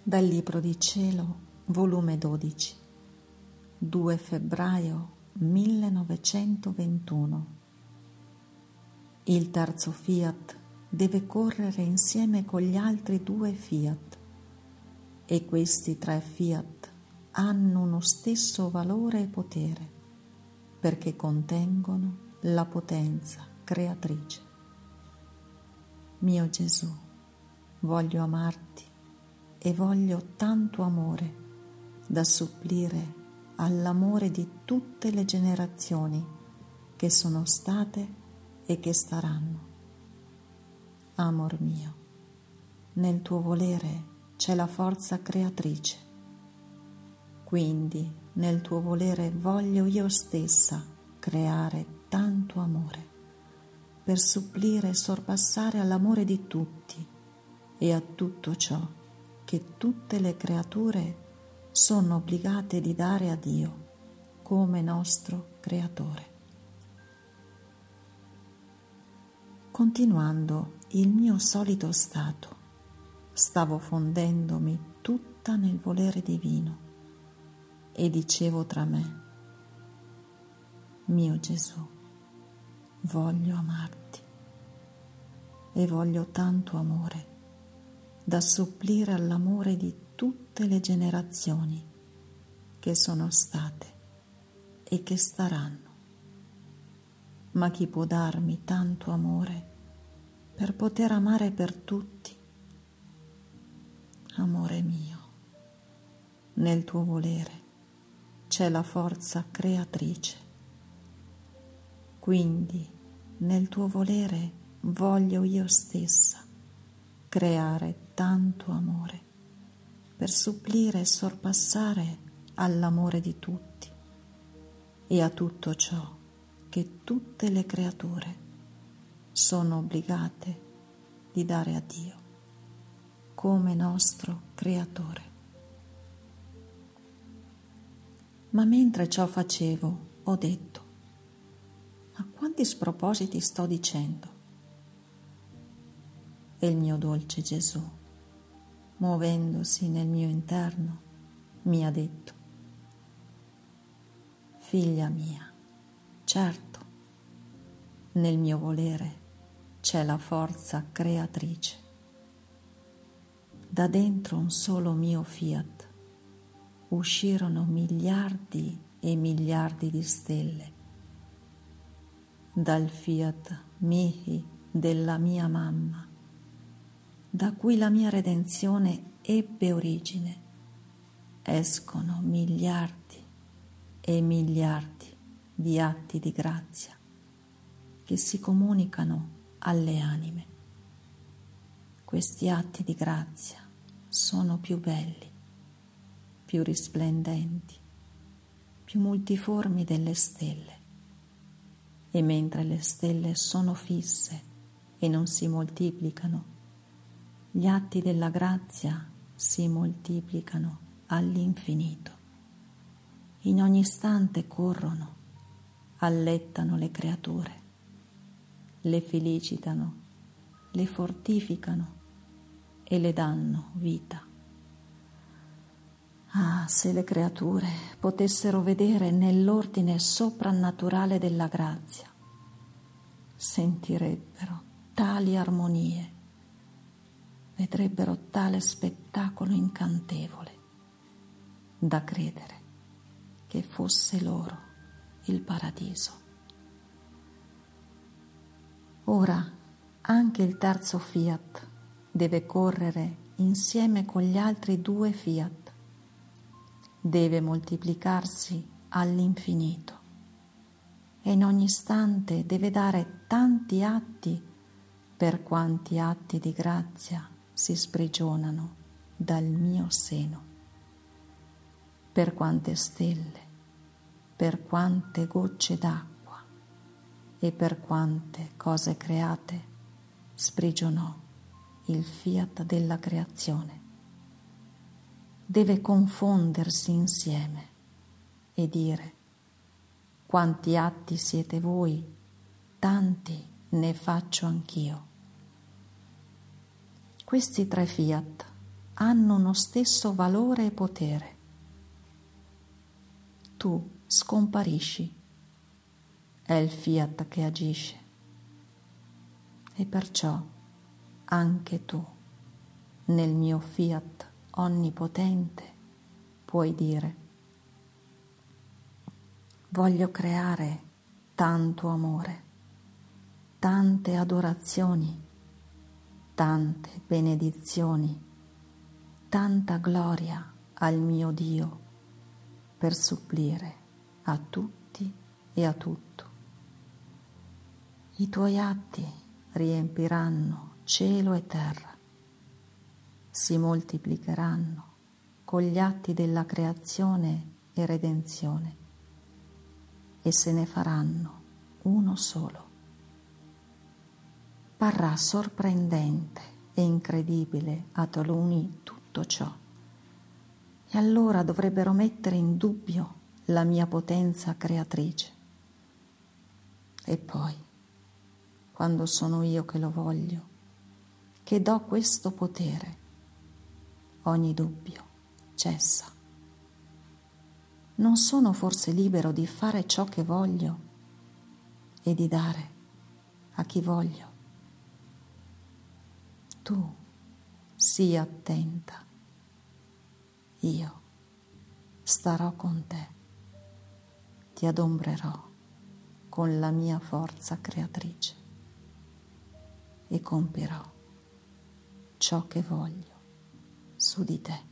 Dal Libro di Cielo, volume 12, 2 febbraio 1921. Il terzo fiat deve correre insieme con gli altri 2 fiat e questi 3 fiat hanno uno stesso valore e potere perché contengono la potenza creatrice. Mio Gesù, voglio amarti e voglio tanto amore da supplire all'amore di tutte le generazioni che sono state e che staranno. Amor mio, nel tuo volere c'è la forza creatrice, quindi nel tuo volere voglio io stessa creare tanto amore per supplire e sorpassare all'amore di tutti e a tutto ciò che tutte le creature sono obbligate di dare a Dio come nostro Creatore. Continuando il mio solito stato, stavo fondendomi tutta nel volere divino e dicevo tra me: mio Gesù, voglio amarti e voglio tanto amore da supplire all'amore di tutte le generazioni che sono state e che staranno. Ma chi può darmi tanto amore per poter amare per tutti? Amore mio, nel tuo volere c'è la forza creatrice, quindi nel tuo volere voglio io stessa creare tanto amore per supplire e sorpassare all'amore di tutti e a tutto ciò che tutte le creature sono obbligate di dare a Dio come nostro Creatore. Ma mentre ciò facevo ho detto: a quanti spropositi sto dicendo? E il mio dolce Gesù, muovendosi nel mio interno, mi ha detto: figlia mia, certo, nel mio volere c'è la forza creatrice. Da dentro un solo mio fiat uscirono miliardi e miliardi di stelle. Dal fiat mihi della mia mamma, da cui la mia redenzione ebbe origine, escono miliardi e miliardi di atti di grazia che si comunicano alle anime. Questi atti di grazia sono più belli, più risplendenti, più multiformi delle stelle, e mentre le stelle sono fisse e non si moltiplicano, gli atti della grazia si moltiplicano all'infinito. In ogni istante corrono, allettano le creature, le felicitano, le fortificano e le danno vita. Ah, se le creature potessero vedere nell'ordine soprannaturale della grazia, sentirebbero tali armonie, vedrebbero tale spettacolo incantevole da credere che fosse loro il paradiso. Ora anche il terzo fiat deve correre insieme con gli altri 2 fiat, deve moltiplicarsi all'infinito e in ogni istante deve dare tanti atti per quanti atti di grazia si sprigionano dal mio seno, per quante stelle, per quante gocce d'acqua e per quante cose create sprigionò il fiat della creazione. Deve confondersi insieme e dire: quanti atti siete voi, tanti ne faccio anch'io. Questi 3 fiat hanno uno stesso valore e potere. Tu scomparisci, è il fiat che agisce, e perciò anche tu, nel mio fiat onnipotente, puoi dire: voglio creare tanto amore, tante adorazioni, tante benedizioni, tanta gloria al mio Dio per supplire a tutti e a tutto. I tuoi atti riempiranno cielo e terra, si moltiplicheranno con gli atti della creazione e redenzione e se ne faranno uno solo. Parrà sorprendente e incredibile a taluni tutto ciò, e allora dovrebbero mettere in dubbio la mia potenza creatrice. E poi, quando sono io che lo voglio, che do questo potere, ogni dubbio cessa. Non sono forse libero di fare ciò che voglio e di dare a chi voglio? Tu sii attenta, io starò con te, ti adombrerò con la mia forza creatrice e compirò ciò che voglio su di te.